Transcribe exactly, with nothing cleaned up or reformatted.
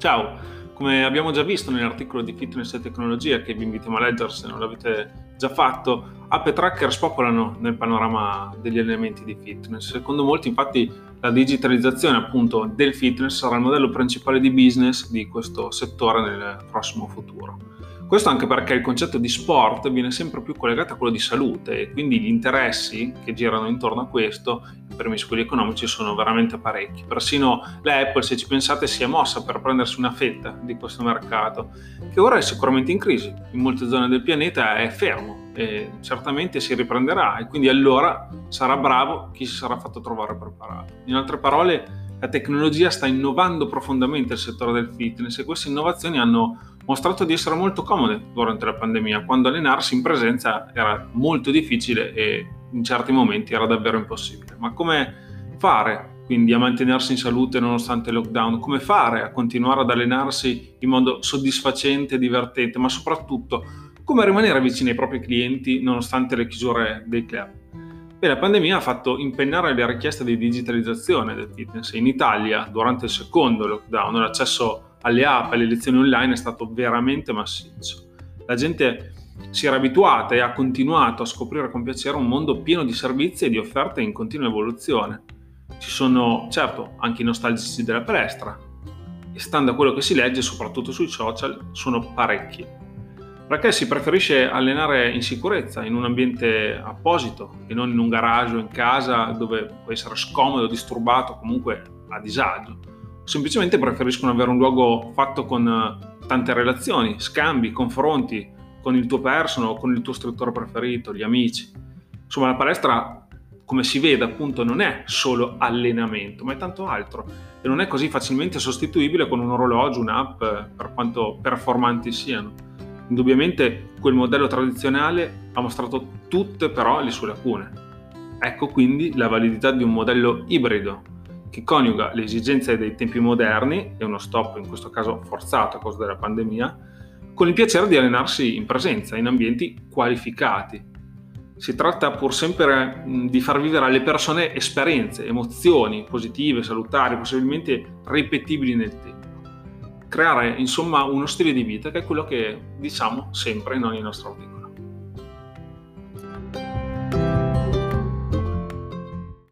Ciao, come abbiamo già visto nell'articolo di Fitness e Tecnologia, che vi invitiamo a leggere se non l'avete già fatto, app e tracker spopolano nel panorama degli elementi di fitness. Secondo molti, infatti, la digitalizzazione appunto del fitness sarà il modello principale di business di questo settore nel prossimo futuro. Questo anche perché il concetto di sport viene sempre più collegato a quello di salute e quindi gli interessi che girano intorno a questo, in primis quelli economici, sono veramente parecchi. Persino la Apple, se ci pensate, si è mossa per prendersi una fetta di questo mercato, che ora è sicuramente in crisi. In molte zone del pianeta è fermo e certamente si riprenderà, e quindi allora sarà bravo chi si sarà fatto trovare preparato. In altre parole, la tecnologia sta innovando profondamente il settore del fitness e queste innovazioni hanno mostrato di essere molto comode durante la pandemia, quando allenarsi in presenza era molto difficile e in certi momenti era davvero impossibile. Ma come fare quindi a mantenersi in salute nonostante il lockdown? Come fare a continuare ad allenarsi in modo soddisfacente e divertente? Ma soprattutto, come rimanere vicini ai propri clienti nonostante le chiusure dei club? Beh, la pandemia ha fatto impennare le richieste di digitalizzazione del fitness. In Italia, durante il secondo lockdown, l'accesso alle app e alle lezioni online è stato veramente massiccio. La gente si era abituata e ha continuato a scoprire con piacere un mondo pieno di servizi e di offerte in continua evoluzione. Ci sono, certo, anche i nostalgici della palestra, e stando a quello che si legge, soprattutto sui social, sono parecchi. Perché si preferisce allenare in sicurezza, in un ambiente apposito, e non in un garage o in casa dove può essere scomodo, disturbato, comunque a disagio. Semplicemente preferiscono avere un luogo fatto con tante relazioni, scambi, confronti con il tuo personal o con il tuo istruttore preferito, gli amici. Insomma, la palestra, come si vede appunto, non è solo allenamento, ma è tanto altro, e non è così facilmente sostituibile con un orologio, un'app, per quanto performanti siano. Indubbiamente quel modello tradizionale ha mostrato tutte però le sue lacune. Ecco quindi la validità di un modello ibrido che coniuga le esigenze dei tempi moderni e uno stop, in questo caso forzato a causa della pandemia, con il piacere di allenarsi in presenza, in ambienti qualificati. Si tratta pur sempre di far vivere alle persone esperienze, emozioni positive, salutari, possibilmente ripetibili nel tempo. Creare insomma uno stile di vita che è quello che diciamo sempre in ogni nostro articolo.